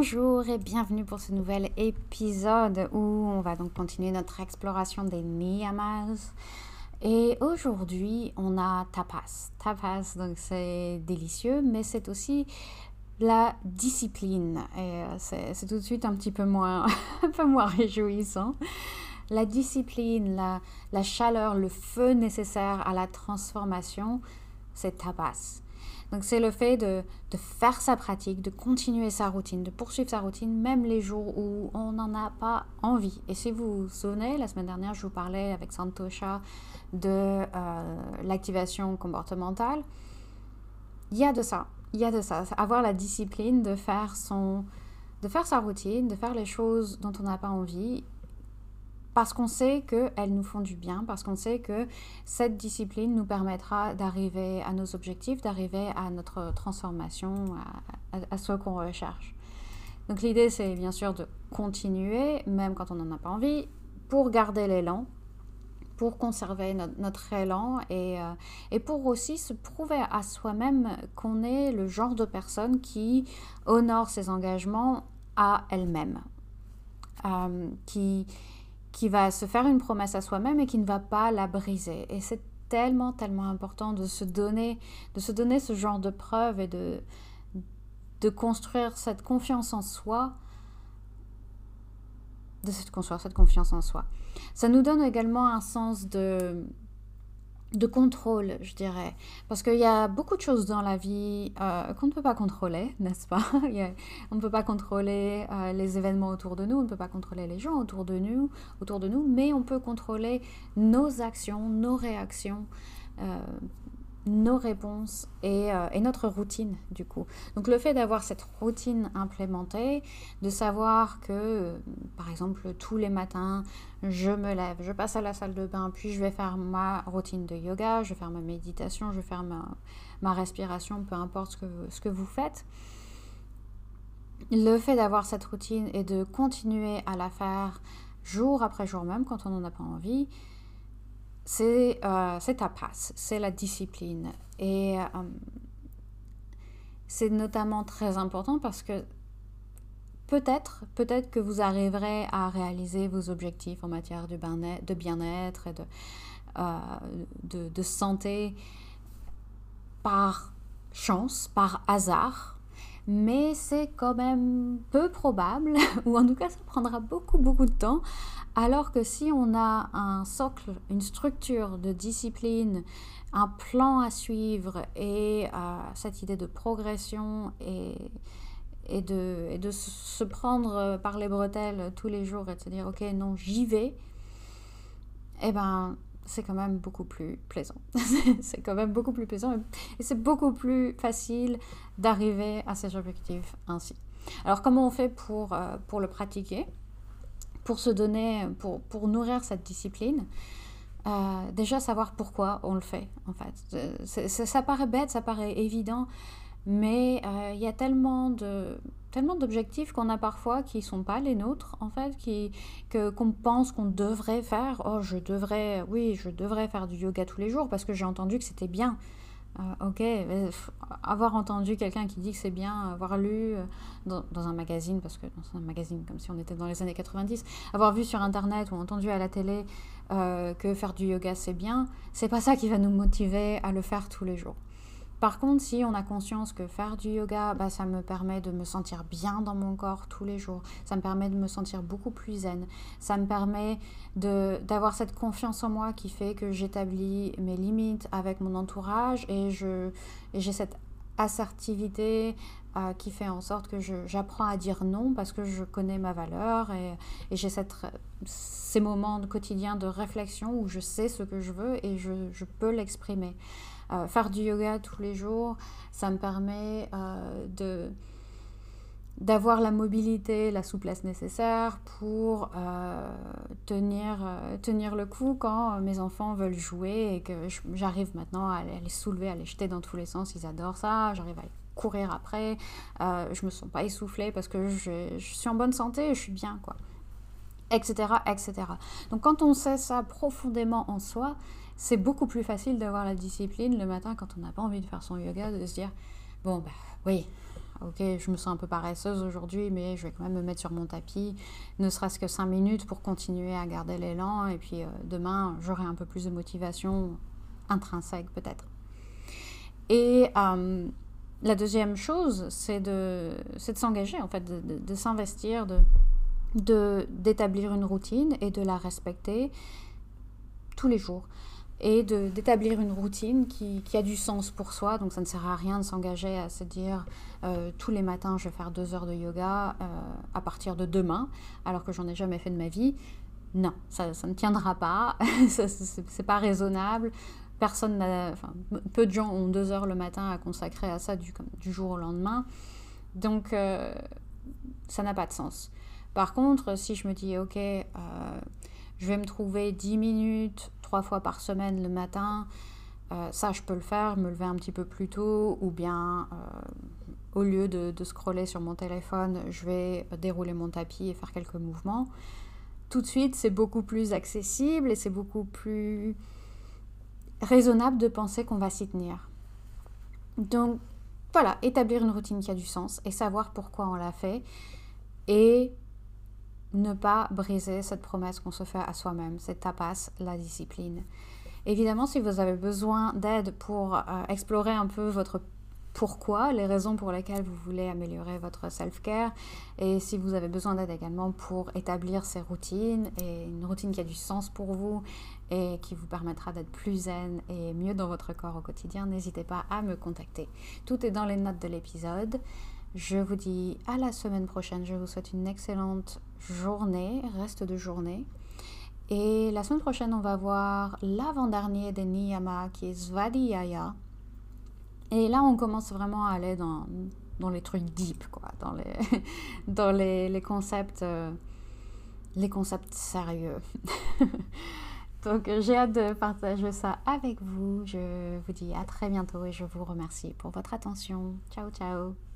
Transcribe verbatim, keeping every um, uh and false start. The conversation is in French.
Bonjour et bienvenue pour ce nouvel épisode où on va donc continuer notre exploration des niyamas. Et aujourd'hui, on a tapas. Tapas, donc c'est délicieux, mais c'est aussi la discipline. Et c'est, c'est tout de suite un petit peu moins, un peu moins réjouissant. La discipline, la, la chaleur, le feu nécessaire à la transformation, c'est tapas. Donc c'est le fait de, de faire sa pratique, de continuer sa routine, de poursuivre sa routine, même les jours où on n'en a pas envie. Et si vous vous souvenez, la semaine dernière, je vous parlais avec Santosha de euh, l'activation comportementale. Il y a de ça, il y a de ça. Avoir la discipline de faire, son, de faire sa routine, de faire les choses dont on n'a pas envie, parce qu'on sait qu'elles nous font du bien, parce qu'on sait que cette discipline nous permettra d'arriver à nos objectifs, d'arriver à notre transformation, à, à, à ce qu'on recherche. Donc l'idée, c'est bien sûr de continuer, même quand on n'en a pas envie, pour garder l'élan, pour conserver notre, notre élan et, euh, et pour aussi se prouver à soi-même qu'on est le genre de personne qui honore ses engagements à elle-même, euh, qui... qui va se faire une promesse à soi-même et qui ne va pas la briser. Et c'est tellement, tellement important de se donner, de se donner ce genre de preuve et de, de construire cette confiance en soi, de se construire cette confiance en soi. Ça nous donne également un sens de... de contrôle, je dirais. Parce qu'il y a beaucoup de choses dans la vie euh, qu'on ne peut pas contrôler, n'est-ce pas? Il y a, on ne peut pas contrôler euh, les événements autour de nous, on ne peut pas contrôler les gens autour de nous, autour de nous, mais on peut contrôler nos actions, nos réactions, euh, nos réponses et, euh, et notre routine, du coup. Donc le fait d'avoir cette routine implémentée, de savoir que, euh, par exemple, tous les matins, je me lève, je passe à la salle de bain, puis je vais faire ma routine de yoga, je vais faire ma méditation, je vais faire ma, ma respiration, peu importe ce que, ce que vous faites. Le fait d'avoir cette routine et de continuer à la faire jour après jour, même quand on n'en a pas envie, c'est, euh, c'est tapas, c'est la discipline. Et euh, c'est notamment très important parce que peut-être, peut-être que vous arriverez à réaliser vos objectifs en matière de bien-être, de bien-être et de, euh, de, de santé par chance, par hasard. Mais c'est quand même peu probable, ou en tout cas ça prendra beaucoup beaucoup de temps, alors que si on a un socle, une structure de discipline, un plan à suivre et euh, cette idée de progression et, et, de, et de se prendre par les bretelles tous les jours et de se dire ok non j'y vais, eh ben c'est quand même beaucoup plus plaisant. c'est quand même beaucoup plus plaisant et c'est beaucoup plus facile d'arriver à ses objectifs ainsi. Alors comment on fait pour, euh, pour le pratiquer, pour se donner, pour, pour nourrir cette discipline? euh, Déjà savoir pourquoi on le fait en fait. C'est, c'est, ça paraît bête, ça paraît évident, mais il euh, y a tellement de... tellement d'objectifs qu'on a parfois qui ne sont pas les nôtres, en fait, qui, que, qu'on pense qu'on devrait faire. Oh, je devrais, oui, je devrais faire du yoga tous les jours parce que j'ai entendu que c'était bien. Euh, ok, mais, pff, avoir entendu quelqu'un qui dit que c'est bien, avoir lu euh, dans, dans un magazine, parce que dans un magazine comme si on était dans les années quatre-vingt-dix, avoir vu sur internet ou entendu à la télé euh, que faire du yoga c'est bien, c'est pas ça qui va nous motiver à le faire tous les jours. Par contre, si on a conscience que faire du yoga, bah, ça me permet de me sentir bien dans mon corps tous les jours, ça me permet de me sentir beaucoup plus zen, ça me permet de, d'avoir cette confiance en moi qui fait que j'établis mes limites avec mon entourage et, je, et j'ai cette assertivité euh, qui fait en sorte que je, j'apprends à dire non parce que je connais ma valeur et, et j'ai cette, ces moments quotidiens de réflexion où je sais ce que je veux et je, je peux l'exprimer. Euh, faire du yoga tous les jours, ça me permet euh, de, d'avoir la mobilité, la souplesse nécessaire pour euh, tenir, euh, tenir le coup quand mes enfants veulent jouer et que je, j'arrive maintenant à les, à les soulever, à les jeter dans tous les sens, ils adorent ça, j'arrive à courir après, euh, je me sens pas essoufflée parce que je, je suis en bonne santé et je suis bien, quoi. Etc, et cetera. Donc quand on sait ça profondément en soi, c'est beaucoup plus facile d'avoir la discipline le matin quand on n'a pas envie de faire son yoga, de se dire bon bah oui, ok, je me sens un peu paresseuse aujourd'hui, mais je vais quand même me mettre sur mon tapis, ne serait-ce que cinq minutes pour continuer à garder l'élan, et puis euh, demain, j'aurai un peu plus de motivation intrinsèque peut-être. Et euh, la deuxième chose, c'est de, c'est de s'engager, en fait, de, de, de s'investir, de, de, d'établir une routine et de la respecter tous les jours. Et de, d'établir une routine qui, qui a du sens pour soi. Donc ça ne sert à rien de s'engager à se dire euh, tous les matins je vais faire deux heures de yoga euh, à partir de demain, alors que j'en ai jamais fait de ma vie. Non, ça, ça ne tiendra pas, ça, c'est, c'est pas raisonnable. Personne n'a, enfin, peu de gens ont deux heures le matin à consacrer à ça du, comme, du jour au lendemain. Donc euh, ça n'a pas de sens. Par contre, si je me dis ok, euh, je vais me trouver dix minutes trois fois par semaine le matin, euh, ça je peux le faire, me lever un petit peu plus tôt, ou bien euh, au lieu de, de scroller sur mon téléphone, je vais dérouler mon tapis et faire quelques mouvements. Tout de suite, c'est beaucoup plus accessible et c'est beaucoup plus raisonnable de penser qu'on va s'y tenir. Donc voilà, établir une routine qui a du sens et savoir pourquoi on l'a fait, et ne pas briser cette promesse qu'on se fait à soi-même, c'est tapas, la discipline. Évidemment, si vous avez besoin d'aide pour euh, explorer un peu votre pourquoi, les raisons pour lesquelles vous voulez améliorer votre self-care, et si vous avez besoin d'aide également pour établir ces routines, et une routine qui a du sens pour vous et qui vous permettra d'être plus zen et mieux dans votre corps au quotidien, n'hésitez pas à me contacter. Tout est dans les notes de l'épisode. Je vous dis à la semaine prochaine. Je vous souhaite une excellente journée, reste de journée. Et la semaine prochaine, on va voir l'avant-dernier des Niyama qui est Svadhyaya. Et là, on commence vraiment à aller dans, dans les trucs deep, quoi, dans les, dans les, les concepts, euh, les concepts sérieux. Donc, j'ai hâte de partager ça avec vous. Je vous dis à très bientôt et je vous remercie pour votre attention. Ciao, ciao.